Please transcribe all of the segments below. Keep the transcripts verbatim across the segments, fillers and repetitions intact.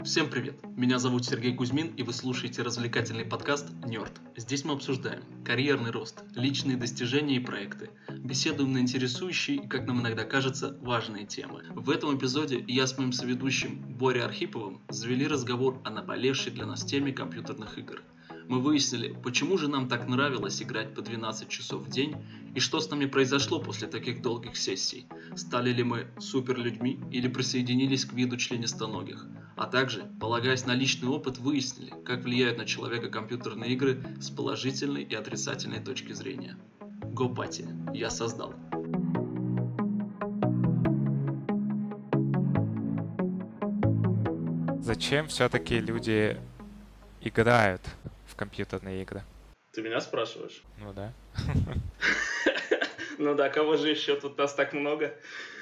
Всем привет! Меня зовут Сергей Кузьмин, и вы слушаете развлекательный подкаст «Нерд». Здесь мы обсуждаем карьерный рост, личные достижения и проекты, беседуем на интересующие и, как нам иногда кажется, важные темы. В этом эпизоде я с моим соведущим Борей Архиповым завели разговор о наболевшей для нас теме компьютерных игр. Мы выяснили, почему же нам так нравилось играть по двенадцать часов в день и что с нами произошло после таких долгих сессий. Стали ли мы суперлюдьми или присоединились к виду членистоногих. А также, полагаясь на личный опыт, выяснили, как влияют на человека компьютерные игры с положительной и отрицательной точки зрения. Go Party, я создал. Зачем все-таки люди играют в компьютерные игры? Ты меня спрашиваешь? Ну да. Ну да, кого же еще тут нас так много?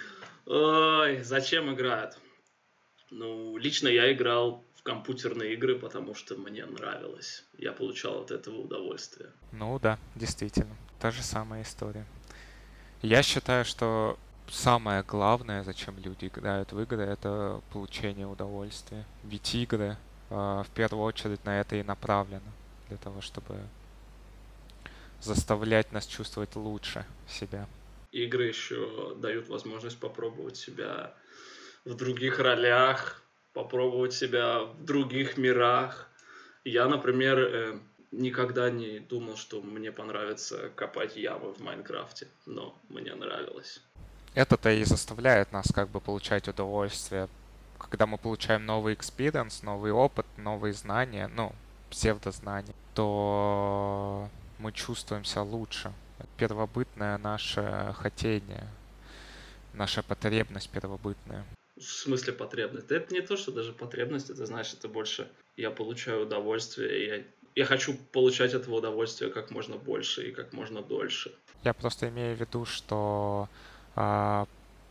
Ой, зачем играют? Ну, лично я играл в компьютерные игры, потому что мне нравилось. Я получал от этого удовольствие. Ну да, действительно. Та же самая история. Я считаю, что самое главное, зачем люди играют в игры, это получение удовольствия. Ведь игры э, в первую очередь на это и направлены. Для того, чтобы заставлять нас чувствовать лучше себя. Игры еще дают возможность попробовать себя в других ролях, попробовать себя в других мирах. Я, например, никогда не думал, что мне понравится копать ямы в Майнкрафте, но мне нравилось. Это-то и заставляет нас как бы получать удовольствие. Когда мы получаем новый экспириенс, новый опыт, новые знания, ну, псевдознания, то мы чувствуем себя лучше. Первобытное наше хотение, наша потребность первобытная. В смысле потребность? Это не то, что даже потребность, это значит, это больше я получаю удовольствие, и я, я хочу получать этого удовольствия как можно больше и как можно дольше. Я просто имею в виду, что а,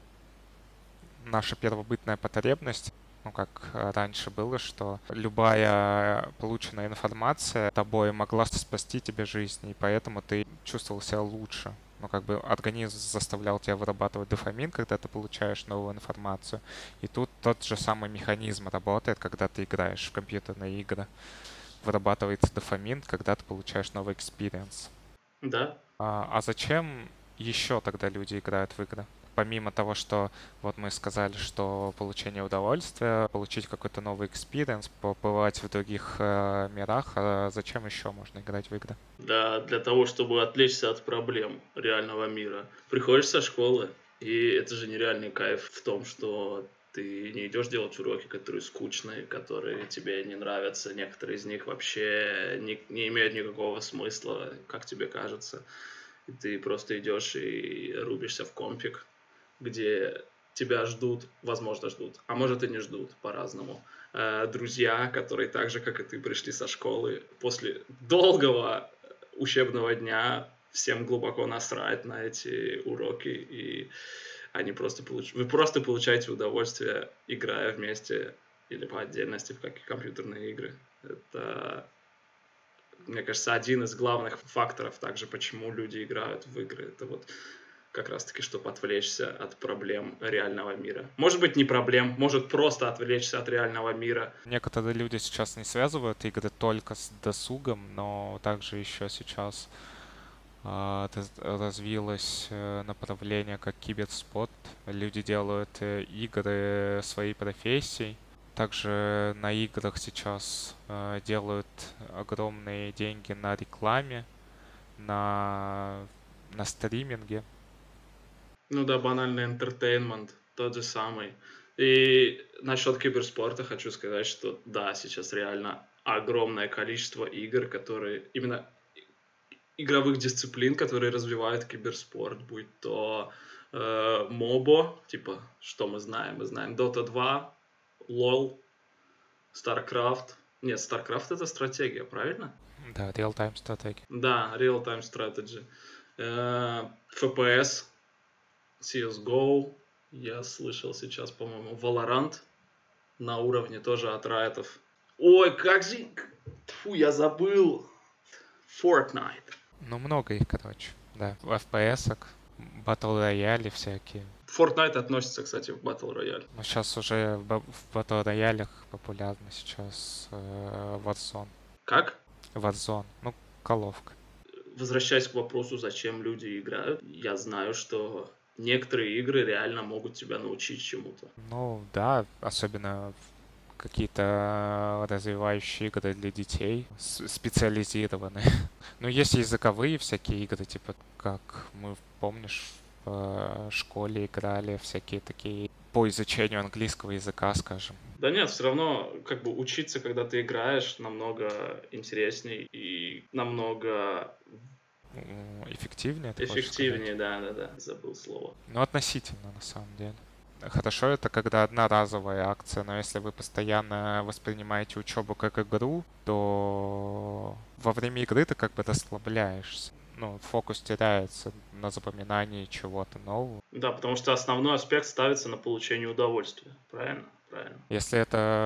наша первобытная потребность, ну, как раньше было, что любая полученная информация тобой могла спасти тебе жизнь, и поэтому ты чувствовал себя лучше. Ну, как бы организм заставлял тебя вырабатывать дофамин, когда ты получаешь новую информацию. И тут тот же самый механизм работает, когда ты играешь в компьютерные игры. Вырабатывается дофамин, когда ты получаешь новый экспириенс. Да. А, а зачем еще тогда люди играют в игры? Помимо того, что вот мы сказали, что получение удовольствия, получить какой-то новый экспириенс, побывать в других э, мирах, а зачем еще можно играть в игры? Да, для того, чтобы отвлечься от проблем реального мира. Приходишь со школы, и это же нереальный кайф в том, что ты не идешь делать уроки, которые скучные, которые тебе не нравятся. Некоторые из них вообще не, не имеют никакого смысла, как тебе кажется. И ты просто идешь и рубишься в компик, где тебя ждут, возможно, ждут, а может и не ждут, по-разному. Друзья, которые так же, как и ты, пришли со школы после долгого учебного дня, всем глубоко насрать на эти уроки, и они просто получ... вы просто получаете удовольствие, играя вместе или по отдельности в какие компьютерные игры. Это, мне кажется, один из главных факторов также, почему люди играют в игры. Это вот как раз-таки, чтобы отвлечься от проблем реального мира. Может быть, не проблем, может просто отвлечься от реального мира. Некоторые люди сейчас не связывают игры только с досугом, но также еще сейчас э, развилось направление как киберспорт. Люди делают игры своей профессией. Также на играх сейчас э, делают огромные деньги на рекламе, на, на стриминге. Ну да, банальный entertainment, тот же самый. И насчет киберспорта хочу сказать, что да, сейчас реально огромное количество игр, которые именно игровых дисциплин, которые развивают киберспорт, будь то э, мобо, типа, что мы знаем? Мы знаем Дота два, лол, StarCraft. Нет, StarCraft это стратегия, правильно? Да, real-time стратегия. Да, real-time strategy. Э, эф пи эс, си эс го, я слышал сейчас, по-моему, Valorant на уровне тоже от райтов. Ой, как же... Фу, я забыл. Fortnite. Ну, много их, короче. Да, эф пи эс-ок, батл рояли всякие. Fortnite относится, кстати, в Battle Royale. Но сейчас уже в, ба- в Battle Royale популярно сейчас э, Warzone. Как? Warzone, ну, коловка. Возвращаясь к вопросу, зачем люди играют, я знаю, что некоторые игры реально могут тебя научить чему-то. Ну, да, особенно в какие-то развивающие игры для детей, с- специализированные. Ну, есть языковые всякие игры, типа, как мы, помнишь, в э, школе играли всякие такие по изучению английского языка, скажем. Да нет, все равно как бы учиться, когда ты играешь, намного интересней и намного М, Эффективнее, ты хочешь сказать? эффективнее, да-да-да, забыл слово. Ну, относительно, на самом деле. Хорошо, это когда одноразовая акция, но если вы постоянно воспринимаете учебу как игру, то во время игры ты как бы расслабляешься. Ну, фокус теряется на запоминании чего-то нового. Да, потому что основной аспект ставится на получение удовольствия. Правильно? Правильно. Если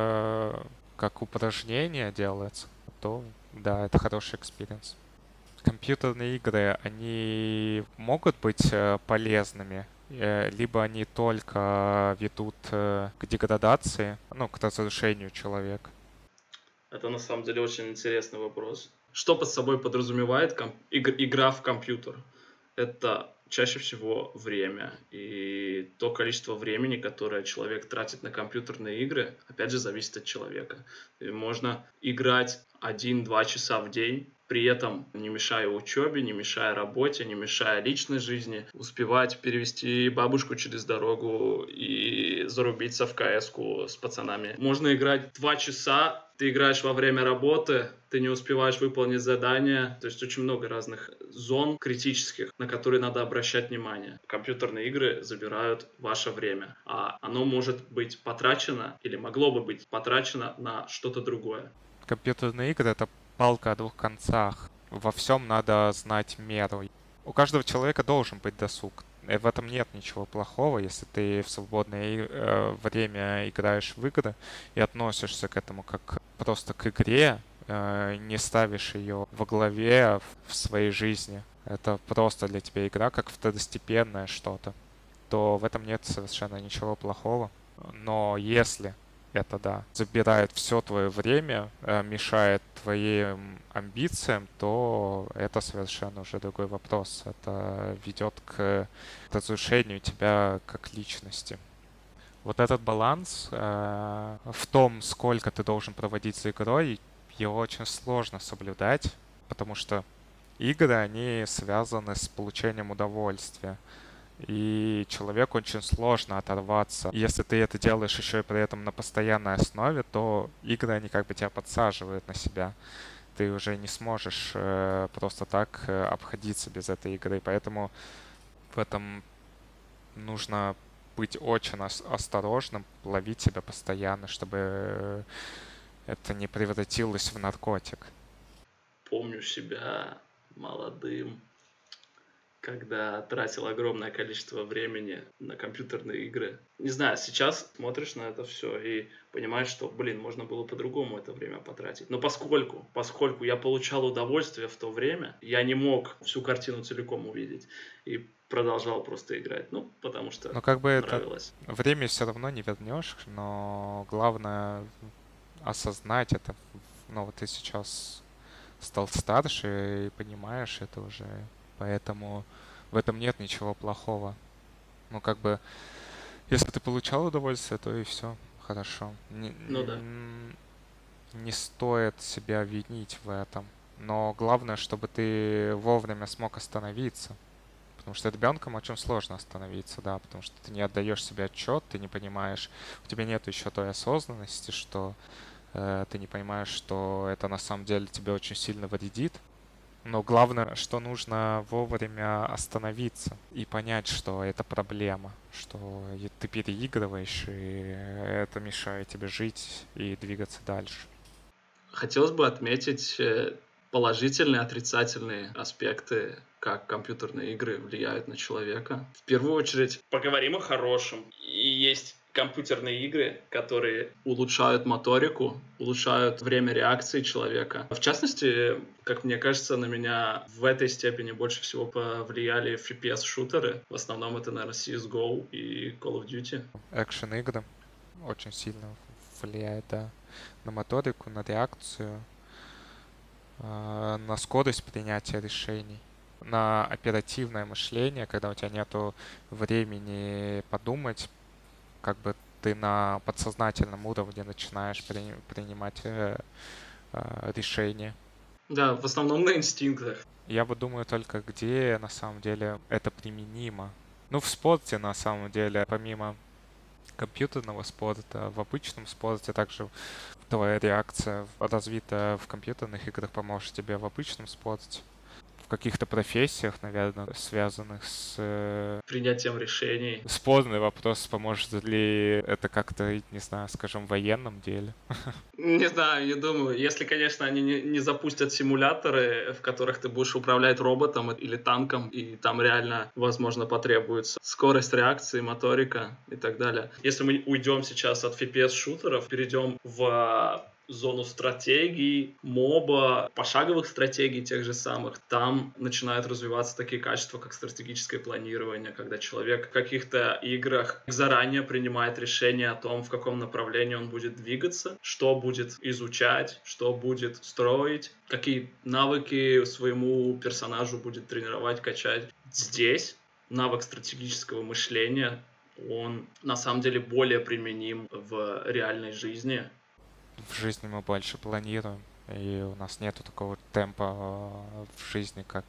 это как упражнение делается, то да, это хороший экспириенс. Компьютерные игры, они могут быть э, полезными, э, либо они только ведут э, к деградации, ну, к разрушению человека. Это на самом деле очень интересный вопрос. Что под собой подразумевает ком- иг- игра в компьютер? Это чаще всего время. И то количество времени, которое человек тратит на компьютерные игры, опять же, зависит от человека. И можно играть один-два часа в день, при этом не мешая учебе, не мешая работе, не мешая личной жизни, успевать перевести бабушку через дорогу и зарубиться в КС-ку с пацанами. Можно играть два часа, ты играешь во время работы, ты не успеваешь выполнить задания. То есть очень много разных зон критических, на которые надо обращать внимание. Компьютерные игры забирают ваше время, а оно может быть потрачено или могло бы быть потрачено на что-то другое. Компьютерные игры — это палка о двух концах. Во всем надо знать меру. У каждого человека должен быть досуг. И в этом нет ничего плохого, если ты в свободное э, время играешь в игры и относишься к этому как просто к игре, э, не ставишь ее во главе в, в своей жизни. Это просто для тебя игра, как второстепенное что-то. То в этом нет совершенно ничего плохого. Но если это, да, забирает все твое время, э, мешает твоим амбициям, то это совершенно уже другой вопрос. Это ведет к разрушению тебя как личности. Вот этот баланс э, в том, сколько ты должен проводить за игрой, его очень сложно соблюдать, потому что игры, они связаны с получением удовольствия. И человеку очень сложно оторваться. Если ты это делаешь еще и при этом на постоянной основе, то игры, они как бы тебя подсаживают на себя. Ты уже не сможешь э, просто так э, обходиться без этой игры. Поэтому в этом нужно быть очень ос- осторожным, ловить себя постоянно, чтобы э, это не превратилось в наркотик. Помню себя молодым, когда тратил огромное количество времени на компьютерные игры. Не знаю, сейчас смотришь на это все и понимаешь, что, блин, можно было по-другому это время потратить. Но поскольку, поскольку я получал удовольствие в то время, я не мог всю картину целиком увидеть и продолжал просто играть. Ну, потому что Но как бы это нравилось. время все равно не вернешь, но главное осознать это. Ну, вот ты сейчас стал старше и понимаешь это уже. Поэтому в этом нет ничего плохого. Ну, как бы, если ты получал удовольствие, то и все хорошо. Не, Ну да. н- не стоит себя винить в этом. Но главное, чтобы ты вовремя смог остановиться. Потому что ребенком очень сложно остановиться, да, потому что ты не отдаешь себе отчет, ты не понимаешь, у тебя нет еще той осознанности, что э, ты не понимаешь, что это на самом деле тебе очень сильно вредит. Но главное, что нужно вовремя остановиться и понять, что это проблема, что и ты переигрываешь, и это мешает тебе жить и двигаться дальше. Хотелось бы отметить э, положительные и отрицательные аспекты, как компьютерные игры влияют на человека. В первую очередь, поговорим о хорошем. И есть компьютерные игры, которые улучшают моторику, улучшают время реакции человека. В частности, как мне кажется, на меня в этой степени больше всего повлияли эф пи эс-шутеры. В основном это, наверное, си эс го и Call of Duty. Экшен-игры очень сильно влияет, да, на моторику, на реакцию, э, на скорость принятия решений, на оперативное мышление, когда у тебя нету времени подумать, как бы ты на подсознательном уровне начинаешь при, принимать э, э, решения. Да, в основном на инстинктах. Я вот думаю только, где на самом деле это применимо. Ну, в спорте, на самом деле, помимо компьютерного спорта, в обычном спорте также твоя реакция развита в компьютерных играх поможет тебе в обычном спорте. В каких-то профессиях, наверное, связанных с... э, Принятием решений. Спорный вопрос, поможет ли это как-то, не знаю, скажем, в военном деле. Не знаю, не думаю. Если, конечно, они не, не запустят симуляторы, в которых ты будешь управлять роботом или танком, и там реально, возможно, потребуется скорость реакции, моторика и так далее. Если мы уйдем сейчас от эф пи эс-шутеров, перейдем в зону стратегий, моба, пошаговых стратегий тех же самых, там начинают развиваться такие качества, как стратегическое планирование, когда человек в каких-то играх заранее принимает решение о том, в каком направлении он будет двигаться, что будет изучать, что будет строить, какие навыки своему персонажу будет тренировать, качать. Здесь навык стратегического мышления, он на самом деле более применим в реальной жизни. В жизни мы больше планируем, и у нас нету такого темпа в жизни, как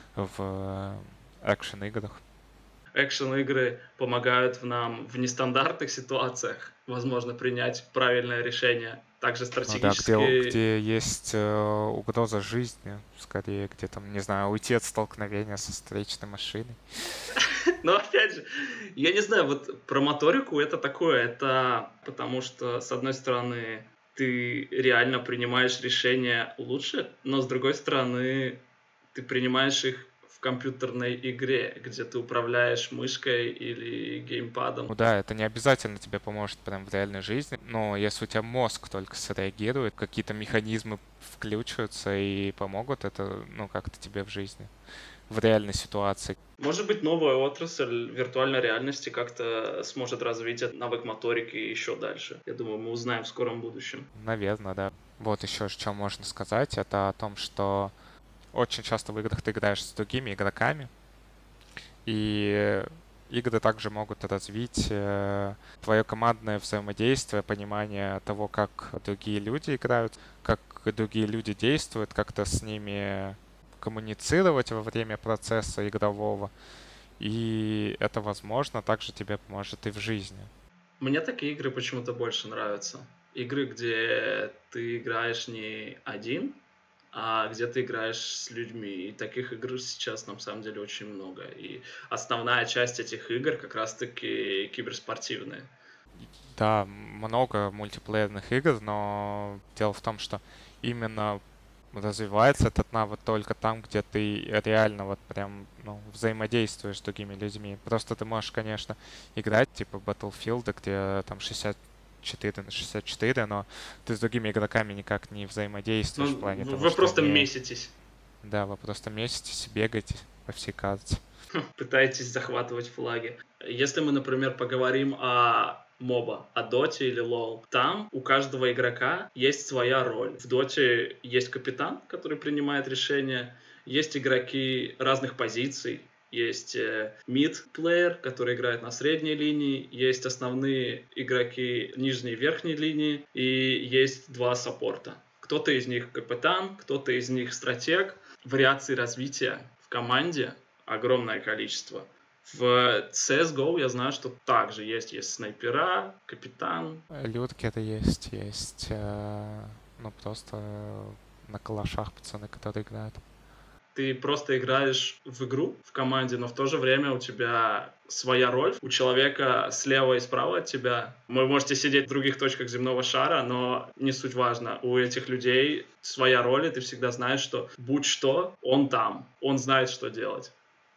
в экшен-играх. Экшен-игры помогают нам в нестандартных ситуациях, возможно, принять правильное решение. Также стратегические... Ну да, где, где есть э, угроза жизни, скорее, где там, не знаю, уйти от столкновения со встречной машиной. Но опять же, я не знаю, вот про моторику это такое, это потому что, с одной стороны, ты реально принимаешь решения лучше, но с другой стороны, ты принимаешь их в компьютерной игре, где ты управляешь мышкой или геймпадом. Ну да, это не обязательно тебе поможет прям в реальной жизни, но если у тебя мозг только среагирует, какие-то механизмы включатся и помогут, это, ну, как-то тебе в жизни, в реальной ситуации. Может быть, новая отрасль виртуальной реальности как-то сможет развить навык моторики еще дальше. Я думаю, мы узнаем в скором будущем. Наверное, да. Вот еще что можно сказать, это о том, что очень часто в играх ты играешь с другими игроками, и игры также могут развить э, твое командное взаимодействие, понимание того, как другие люди играют, как другие люди действуют, как-то с ними коммуницировать во время процесса игрового. И это, возможно, также тебе поможет и в жизни. Мне такие игры почему-то больше нравятся. Игры, где ты играешь не один, а где ты играешь с людьми. И таких игр сейчас на самом деле очень много. И основная часть этих игр как раз-таки киберспортивные. Да, много мультиплеерных игр, но дело в том, что именно развивается этот навык только там, где ты реально вот прям ну, взаимодействуешь с другими людьми. Просто ты можешь, конечно, играть типа Battlefield, где там шестьдесят четыре на шестьдесят четыре, но ты с другими игроками никак не взаимодействуешь Ну, в плане вы того, вы что просто они... меситесь. Да, вы просто меситесь, бегаете по всей карте. Пытаетесь захватывать флаги. Если мы, например, поговорим о моба, о доте или лол, там у каждого игрока есть своя роль. В доте есть капитан, который принимает решения, есть игроки разных позиций, есть мид-плеер, который играет на средней линии, есть основные игроки нижней и верхней линии, и есть два саппорта. Кто-то из них капитан, кто-то из них стратег. Вариаций развития в команде огромное количество. В си эс го я знаю, что также есть. Есть снайпера, капитан. Людки-то есть, есть, э, ну, просто на калашах пацаны, которые играют. Ты просто играешь в игру в команде, но в то же время у тебя своя роль. У человека слева и справа от тебя. Вы можете сидеть в других точках земного шара, но не суть важно. У этих людей своя роль, и ты всегда знаешь, что будь что, он там. Он знает, что делать.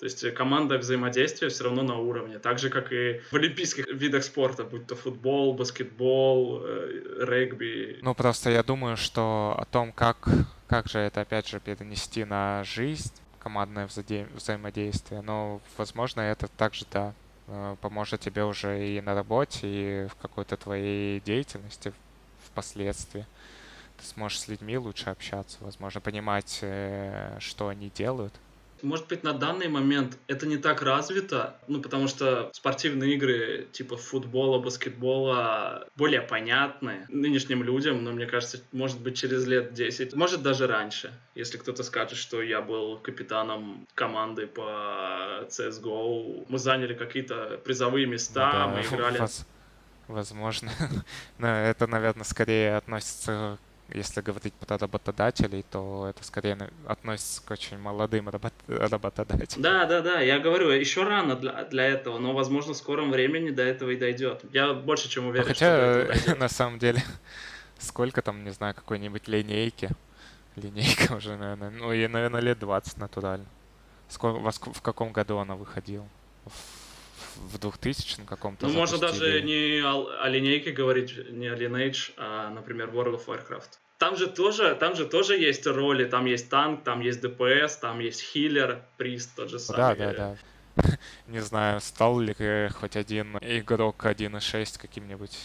То есть команда взаимодействия все равно на уровне. Так же, как и в олимпийских видах спорта, будь то футбол, баскетбол, э, регби. Ну, просто я думаю, что о том, как, как же это, опять же, перенести на жизнь, командное взаде- взаимодействие, но, возможно, это также, да, э, поможет тебе уже и на работе, и в какой-то твоей деятельности впоследствии. Ты сможешь с людьми лучше общаться, возможно, понимать, э, что они делают. Может быть, на данный момент это не так развито, ну, потому что спортивные игры типа футбола, баскетбола более понятны нынешним людям, но мне кажется, может быть, через лет десять, может, даже раньше, если кто-то скажет, что я был капитаном команды по си эс го, мы заняли какие-то призовые места, Ну да, мы играли... воз- возможно. Но это, наверное, скорее относится, если говорить про работодателей, то это скорее на- относится к очень молодым работ- работодателям. Да, да, да, я говорю, еще рано для, для этого, но, возможно, в скором времени до этого и дойдет. Я больше чем Ну, уверен, что до этого хотя, дойдет. на самом деле, сколько там, не знаю, какой-нибудь линейки. Линейка уже, наверное, ну, ей, наверное, лет двадцать натурально. Сколько, во ск- в каком году она выходила? В, в двухтысячном каком-то Ну, можно даже запустили. не о, о линейке говорить, не о Lineage, а, например, World of Warcraft. Там же тоже, там же тоже есть роли, там есть танк, там есть ДПС, там есть хиллер, прист тот же Ну да, самый. да, да. Не знаю, стал ли э, хоть один игрок один и шесть каким-нибудь,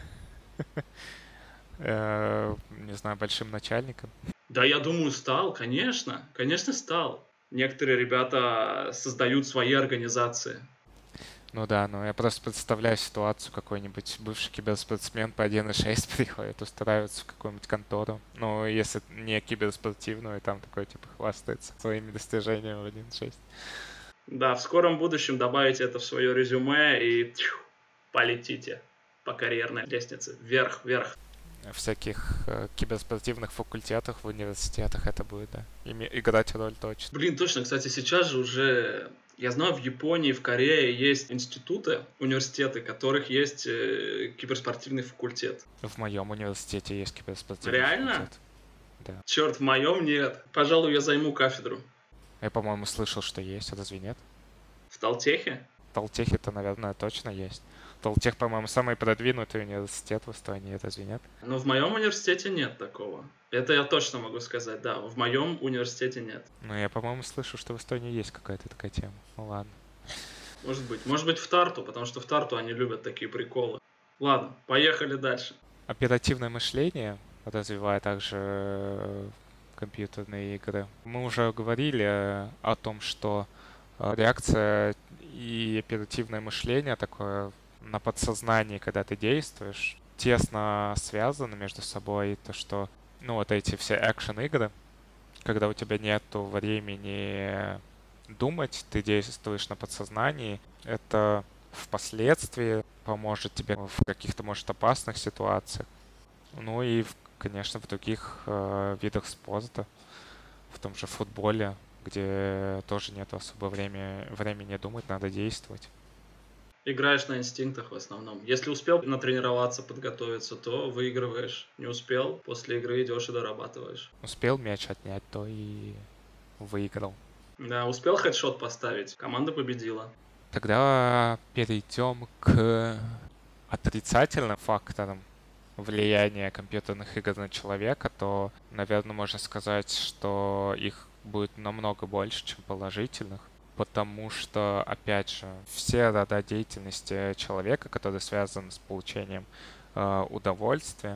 э, не знаю, большим начальником. Да, я думаю, стал, конечно, конечно, стал. Некоторые ребята создают свои организации. Ну да, но я просто представляю ситуацию, какой-нибудь бывший киберспортсмен по один и шесть приходит, устраивается в какую-нибудь контору. Ну, если не киберспортивную, и там такой, типа, хвастается своими достижениями в один и шесть. Да, в скором будущем добавите это в свое резюме и тьфу, полетите по карьерной лестнице вверх, вверх. В всяких э, киберспортивных факультетах в университетах это будет, да, име- играть роль точно. Блин, точно, кстати, сейчас же уже, я знаю, в Японии, в Корее есть институты, университеты, в которых есть э, киберспортивный факультет. В моем университете есть киберспортивный Реально? факультет. Да. Черт, в моем нет. Пожалуй, я займу кафедру. Я, по-моему, слышал, что есть, разве нет? В Талтехе? В Талтехе-то, наверное, точно есть. Талтех, по-моему, самый продвинутый университет в Эстонии, разве нет? Но в моем университете нет такого. Это я точно могу сказать, да. В моем университете нет. Ну, я, по-моему, слышу, что в Эстонии есть какая-то такая тема. Ну ладно. Может быть. Может быть в Тарту, потому что в Тарту они любят такие приколы. Ладно, поехали дальше. Оперативное мышление развивает также э, компьютерные игры. Мы уже говорили э, о том, что э, реакция и оперативное мышление такое на подсознании, когда ты действуешь, тесно связаны между собой. То, что, ну, вот эти все экшен-игры, когда у тебя нету времени думать, ты действуешь на подсознании, это впоследствии поможет тебе в каких-то, может, опасных ситуациях. Ну и, в- конечно, в других э, видах спорта, в том же футболе, где тоже нет особо времени, времени думать, надо действовать. Играешь на инстинктах в основном. Если успел натренироваться, подготовиться, то выигрываешь. Не успел, после игры идешь и дорабатываешь. Успел мяч отнять, то и выиграл. Да, успел хедшот поставить, команда победила. Тогда перейдем к отрицательным факторам влияния компьютерных игр на человека, то, наверное, можно сказать, что их будет намного больше, чем положительных. Потому что, опять же, все рода деятельности человека, которые связаны с получением э, удовольствия,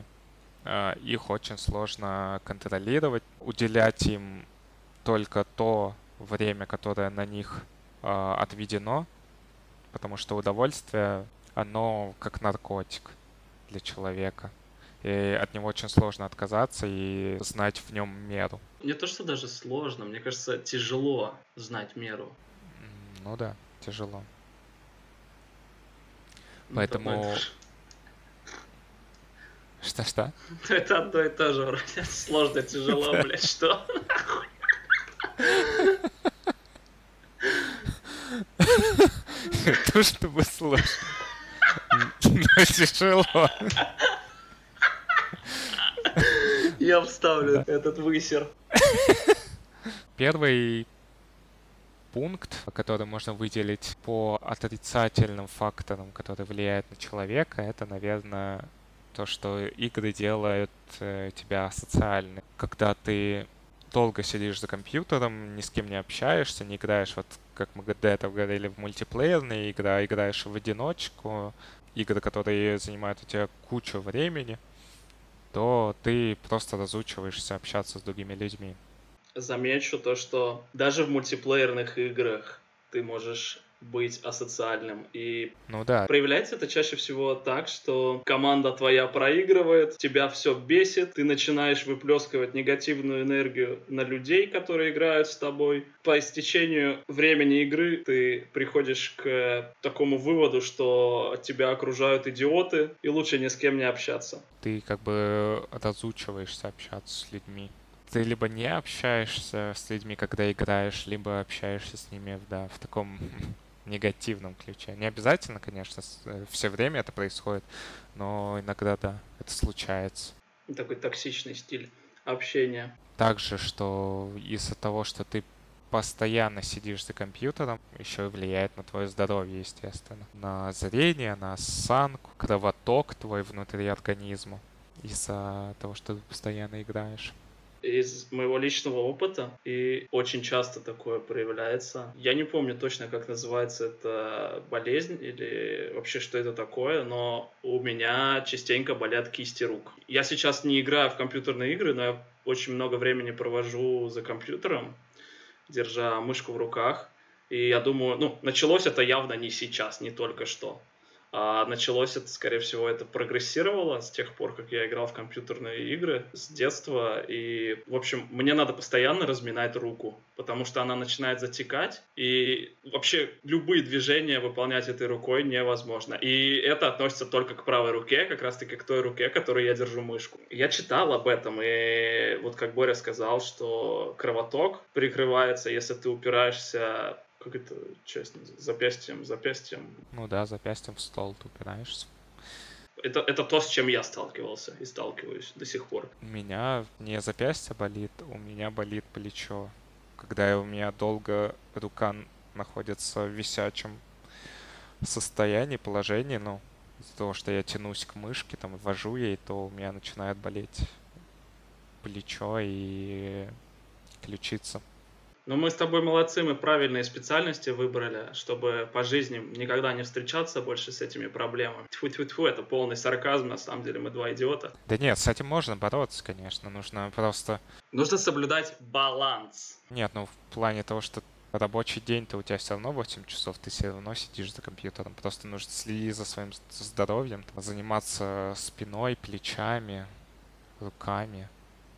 э, их очень сложно контролировать, уделять им только то время, которое на них э, отведено, потому что удовольствие, оно как наркотик для человека. И от него очень сложно отказаться и знать в нем меру. Не то, что даже сложно, мне кажется, тяжело знать меру. М, Ну да, тяжело. Ну, Поэтому... такое- Что-что? Это одно и то же, вроде. Сложно, тяжело, блядь, что? То, чтобы сложно. Но тяжело. Я вставлю этот высер. Первый пункт, который можно выделить по отрицательным факторам, которые влияют на человека, это, наверное, то, что игры делают э, тебя социальным. Когда ты долго сидишь за компьютером, ни с кем не общаешься, не играешь, вот как мы до этого говорили, в мультиплеерные игры, а играешь в одиночку, игры, которые занимают у тебя кучу времени, то ты просто разучиваешься общаться с другими людьми. Замечу то, что даже в мультиплеерных играх ты можешь быть асоциальным. И Ну да, проявляется это чаще всего так, что команда твоя проигрывает, тебя все бесит, ты начинаешь выплескивать негативную энергию на людей, которые играют с тобой. По истечению времени игры ты приходишь к такому выводу, что тебя окружают идиоты, и лучше ни с кем не общаться. ты как бы разучиваешься общаться с людьми. Ты либо не общаешься с людьми, когда играешь, либо общаешься с ними, да, в таком негативном ключе. Не обязательно, конечно, все время это происходит, но иногда, да, это случается. Такой токсичный стиль общения. Также, что из-за того, что ты постоянно сидишь за компьютером, еще и влияет на твое здоровье, естественно. На зрение, на осанку, кровоток твой внутри организма из-за того, что ты постоянно играешь. Из моего личного опыта, и очень часто такое проявляется. Я не помню точно, как называется эта болезнь или вообще что это такое, но у меня частенько болят кисти рук. Я сейчас не играю в компьютерные игры, но я очень много времени провожу за компьютером, держа мышку в руках. И я думаю, ну, началось это явно не сейчас, не только что. А началось это, скорее всего, это прогрессировало с тех пор, как я играл в компьютерные игры с детства. И, в общем, мне надо постоянно разминать руку, потому что она начинает затекать. И вообще любые движения выполнять этой рукой невозможно. И это относится только к правой руке, как раз-таки к той руке, которой я держу мышку. Я читал об этом, и вот как Боря сказал, что кровоток прикрывается, если ты упираешься... Как это часть? Запястьем, запястьем. Ну да, запястьем в стол ты упираешься. Это, это то, с чем я сталкивался и сталкиваюсь до сих пор. У меня не запястье болит, у меня болит плечо. Когда у меня долго рука находится в висячем состоянии, положении, ну, из-за того, что я тянусь к мышке, там, ввожу ей, то у меня начинает болеть плечо и ключица. Но мы с тобой молодцы, мы правильные специальности выбрали, чтобы по жизни никогда не встречаться больше с этими проблемами. Тьфу-тьфу-тьфу, это полный сарказм, на самом деле мы два идиота. Да нет, с этим можно бороться, конечно, нужно просто... Нужно соблюдать баланс. Нет, ну в плане того, что рабочий день-то у тебя все равно восемь часов, ты все равно сидишь за компьютером. Просто нужно следить за своим здоровьем, заниматься спиной, плечами, руками,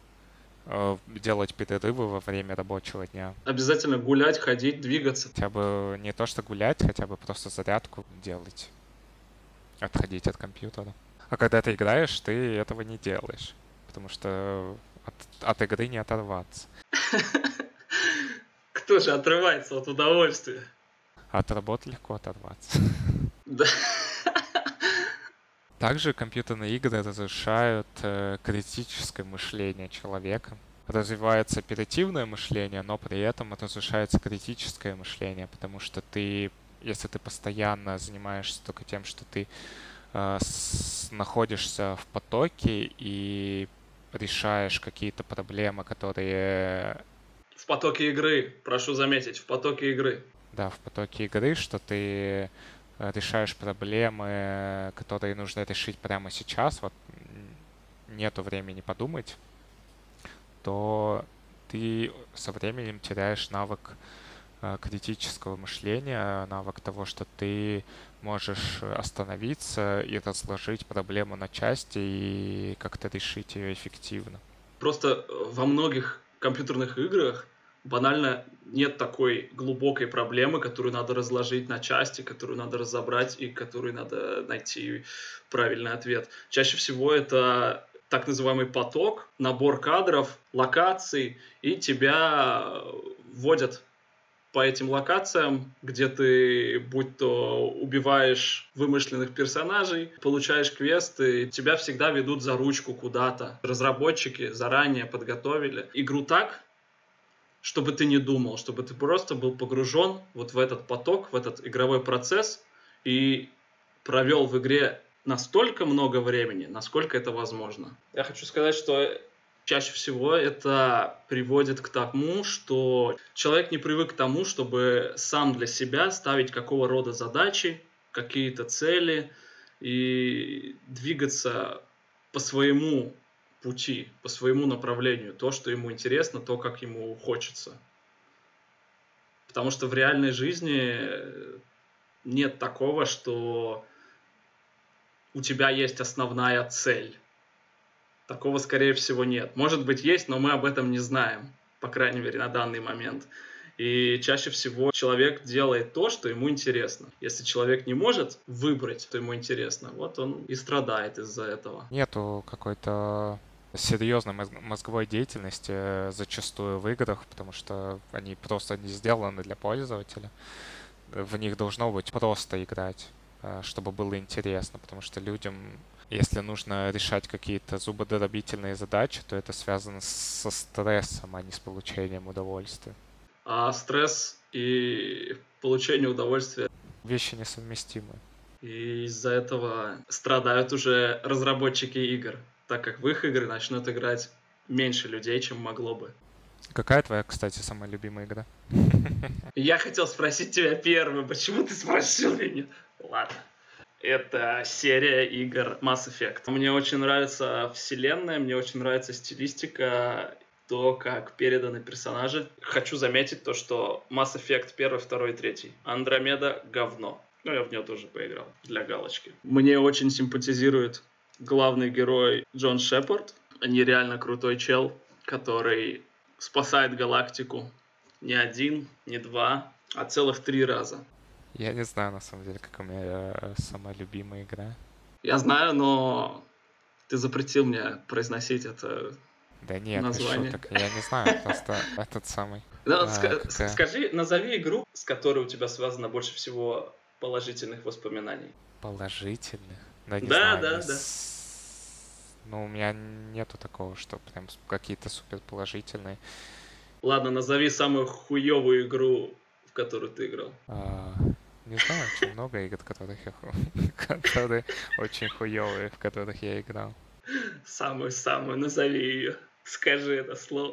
делать перерывы во время рабочего дня. Обязательно гулять, ходить, двигаться. Хотя бы не то, что гулять, хотя бы просто зарядку делать. Отходить от компьютера. А когда ты играешь, ты этого не делаешь. Потому что от, от игры не оторваться. Кто же отрывается от удовольствия? От работы легко оторваться. Да. Также компьютерные игры разрушают э, критическое мышление человека. Развивается оперативное мышление, но при этом разрушается критическое мышление, потому что ты, если ты постоянно занимаешься только тем, что ты э, с, находишься в потоке и решаешь какие-то проблемы, которые... В потоке игры, прошу заметить, в потоке игры. Да, в потоке игры, что ты решаешь проблемы, которые нужно решить прямо сейчас, вот нету времени подумать, то ты со временем теряешь навык критического мышления, навык того, что ты можешь остановиться и разложить проблему на части и как-то решить ее эффективно. Просто во многих компьютерных играх банально нет такой глубокой проблемы, которую надо разложить на части, которую надо разобрать и которую надо найти правильный ответ. Чаще всего это так называемый поток, набор кадров, локаций, и тебя вводят по этим локациям, где ты, будь то убиваешь вымышленных персонажей, получаешь квесты, тебя всегда ведут за ручку куда-то. Разработчики заранее подготовили игру так, чтобы ты не думал, чтобы ты просто был погружен вот в этот поток, в этот игровой процесс и провел в игре настолько много времени, насколько это возможно. Я хочу сказать, что чаще всего это приводит к тому, что человек не привык к тому, чтобы сам для себя ставить какого рода задачи, какие-то цели и двигаться по своему пути, по своему направлению, то, что ему интересно, то, как ему хочется. Потому что в реальной жизни нет такого, что у тебя есть основная цель. Такого, скорее всего, нет. Может быть, есть, но мы об этом не знаем, по крайней мере, на данный момент. И чаще всего человек делает то, что ему интересно. Если человек не может выбрать, что ему интересно, вот он и страдает из-за этого. Нету какой-то серьезной мозговой деятельности зачастую в играх, потому что они просто не сделаны для пользователя. В них должно быть просто играть, чтобы было интересно, потому что людям, если нужно решать какие-то зубодробительные задачи, то это связано со стрессом, а не с получением удовольствия. А стресс и получение удовольствия — вещи несовместимы. И из-за этого страдают уже разработчики игр, так как в их игры начнут играть меньше людей, чем могло бы. Какая твоя, кстати, самая любимая игра? Я хотел спросить тебя первым, почему ты спросил меня? Ладно. Это серия игр Mass Effect. Мне очень нравится вселенная, мне очень нравится стилистика, то, как переданы персонажи. Хочу заметить то, что Mass Effect первый, второй, третий. Андромеда — говно. Ну, я в нее тоже поиграл, для галочки. Мне очень симпатизирует главный герой Джон Шепард. Нереально крутой чел, который спасает галактику не один, не два, а целых три раза. Я не знаю, на самом деле, какая у меня самая любимая игра. Я знаю, но ты запретил мне произносить это да нет, название. Шуток. Я не знаю, просто этот самый. Да, а, ска- какая... Скажи, назови игру, с которой у тебя связано больше всего положительных воспоминаний. Положительных? Да, не да, знаю. Да, не да, с... Ну, у меня нету такого, что прям какие-то супер положительные. Ладно, назови самую хуёвую игру, в которую ты играл. А, не знаю, очень много игр, которых я которые очень хуёвые, в которых я играл. Самую-самую, назови ее. Скажи это слово.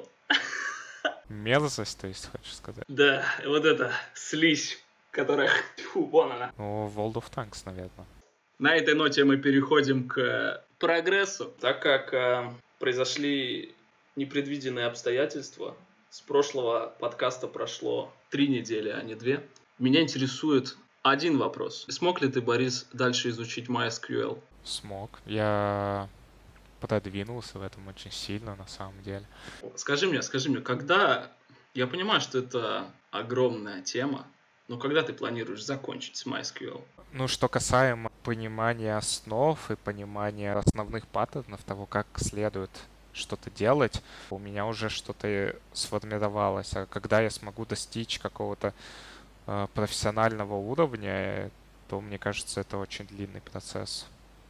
Мерзость, то есть, хочешь сказать? Да, вот это слизь, которая... Фу, вон она. Ну, World of Tanks, наверное. На этой ноте мы переходим к прогрессу. Так как э, произошли непредвиденные обстоятельства, с прошлого подкаста прошло три недели, а не две. Меня интересует один вопрос. Смог ли ты, Борис, дальше изучить MySQL? Смог. Я продвинулся в этом очень сильно, на самом деле. Скажи мне, скажи мне, когда... Я понимаю, что это огромная тема, но когда ты планируешь закончить с MySQL? Ну, что касаемо понимания основ и понимания основных паттернов того, как следует что-то делать, у меня уже что-то сформировалось. А когда я смогу достичь какого-то э, профессионального уровня, то, мне кажется, это очень длинный процесс.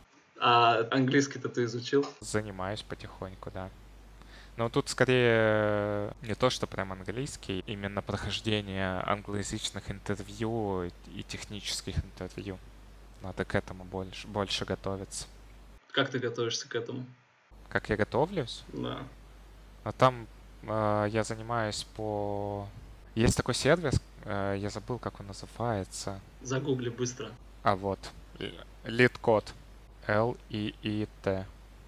А английский-то ты изучил? Занимаюсь потихоньку, да. Но тут скорее не то, что прям английский, именно прохождение англоязычных интервью и технических интервью. Надо к этому больше, больше готовиться. Как ты готовишься к этому? Как я готовлюсь? Да. А там э, я занимаюсь по... Есть такой сервис, э, я забыл, как он называется. Загугли быстро. А вот, LeetCode. Л И И Т.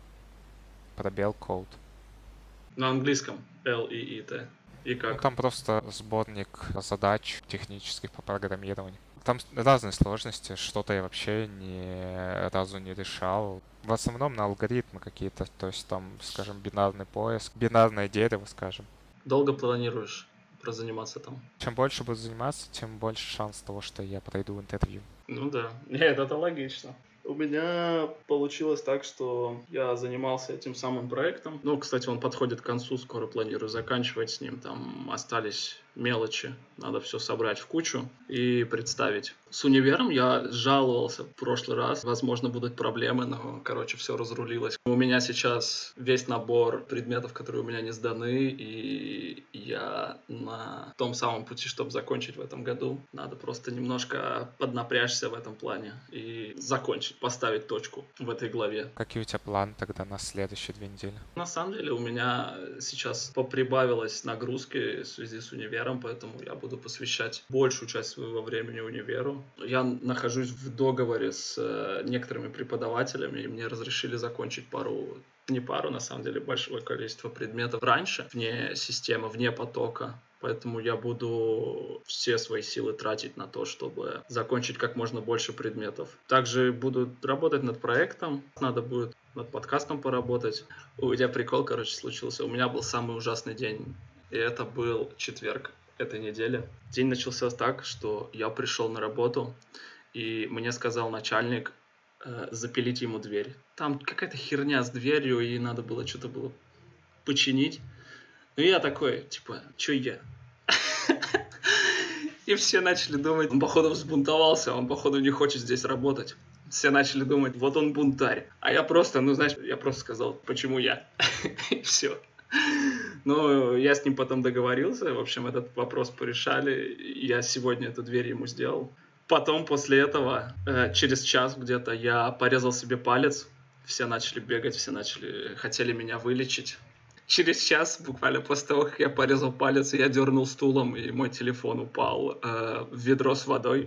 Пробел код. На английском Л И И Т. И как? Ну, там просто сборник задач технических по программированию. Там разные сложности, что-то я вообще ни разу не решал. В основном на алгоритмы какие-то, то есть там, скажем, бинарный поиск, бинарное дерево, скажем. Долго планируешь прозаниматься там? Чем больше буду заниматься, тем больше шанс того, что я пройду интервью. Ну да. Нет, это логично. У меня получилось так, что я занимался этим самым проектом. Ну, кстати, он подходит к концу, скоро планирую заканчивать с ним. Там остались мелочи. Надо все собрать в кучу и представить. С универом я жаловался в прошлый раз. Возможно, будут проблемы, но, короче, все разрулилось. У меня сейчас весь набор предметов, которые у меня не сданы, и я на том самом пути, чтобы закончить в этом году. Надо просто немножко поднапрячься в этом плане и закончить, поставить точку в этой главе. Какие у тебя планы тогда на следующие две недели? На самом деле у меня сейчас поприбавилось нагрузки в связи с универом, поэтому я буду посвящать большую часть своего времени универу. Я нахожусь в договоре с некоторыми преподавателями, и мне разрешили закончить пару, не пару, на самом деле, большое количество предметов раньше, вне системы, вне потока. Поэтому я буду все свои силы тратить на то, чтобы закончить как можно больше предметов. Также буду работать над проектом, надо будет над подкастом поработать. У меня прикол, короче, случился. У меня был самый ужасный день, и это был четверг этой недели. День начался так, что я пришел на работу, и мне сказал начальник э, запилить ему дверь. Там какая-то херня с дверью, и надо было что-то было починить. Ну я такой, типа, чё я? И все начали думать, он походу взбунтовался, он походу не хочет здесь работать. Все начали думать, вот он бунтарь. А я просто, ну знаешь, я просто сказал, почему я? И все. Ну, я с ним потом договорился, в общем, этот вопрос порешали. Я сегодня эту дверь ему сделал. Потом, после этого, э, через час где-то я порезал себе палец. Все начали бегать, все начали, хотели меня вылечить. Через час, буквально после того, как я порезал палец, я дернул стулом, и мой телефон упал э, в ведро с водой.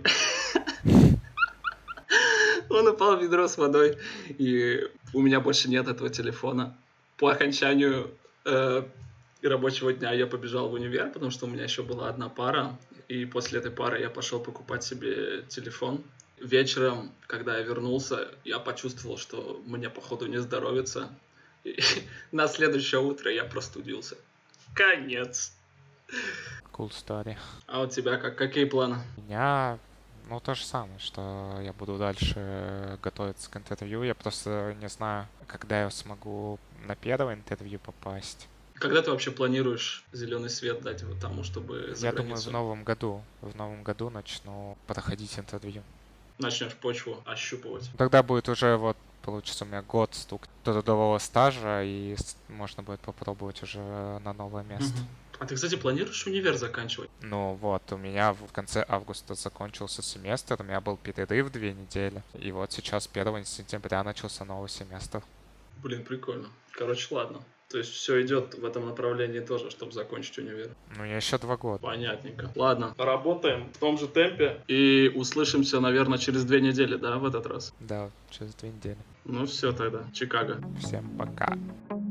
Он упал в ведро с водой, и у меня больше нет этого телефона. По окончанию э, рабочего дня я побежал в универ, потому что у меня еще была одна пара, и после этой пары я пошел покупать себе телефон. Вечером, когда я вернулся, я почувствовал, что мне, походу, не здоровится. И на следующее утро я простудился. Конец. Cool story. А у тебя как? Какие планы? У меня, ну, то же самое, что я буду дальше готовиться к интервью. Я просто не знаю, когда я смогу на первое интервью попасть. Когда ты вообще планируешь зеленый свет дать вот тому, чтобы за Я границу? думаю, в новом году. В новом году начну проходить интервью. Начнешь почву ощупывать. Тогда будет уже вот, получится, у меня год стук до трудового стажа, и можно будет попробовать уже на новое место. Мгм. А ты, кстати, планируешь универ заканчивать? Ну вот, у меня в конце августа закончился семестр, у меня был перерыв две недели, и вот сейчас первого сентября начался новый семестр. Блин, прикольно. Короче, ладно. То есть все идет в этом направлении тоже, чтобы закончить универ. Ну, я еще два года. Понятненько. Ладно, поработаем в том же темпе и услышимся, наверное, через две недели, да, в этот раз? Да, через две недели. Ну все тогда, Чикаго. Всем пока.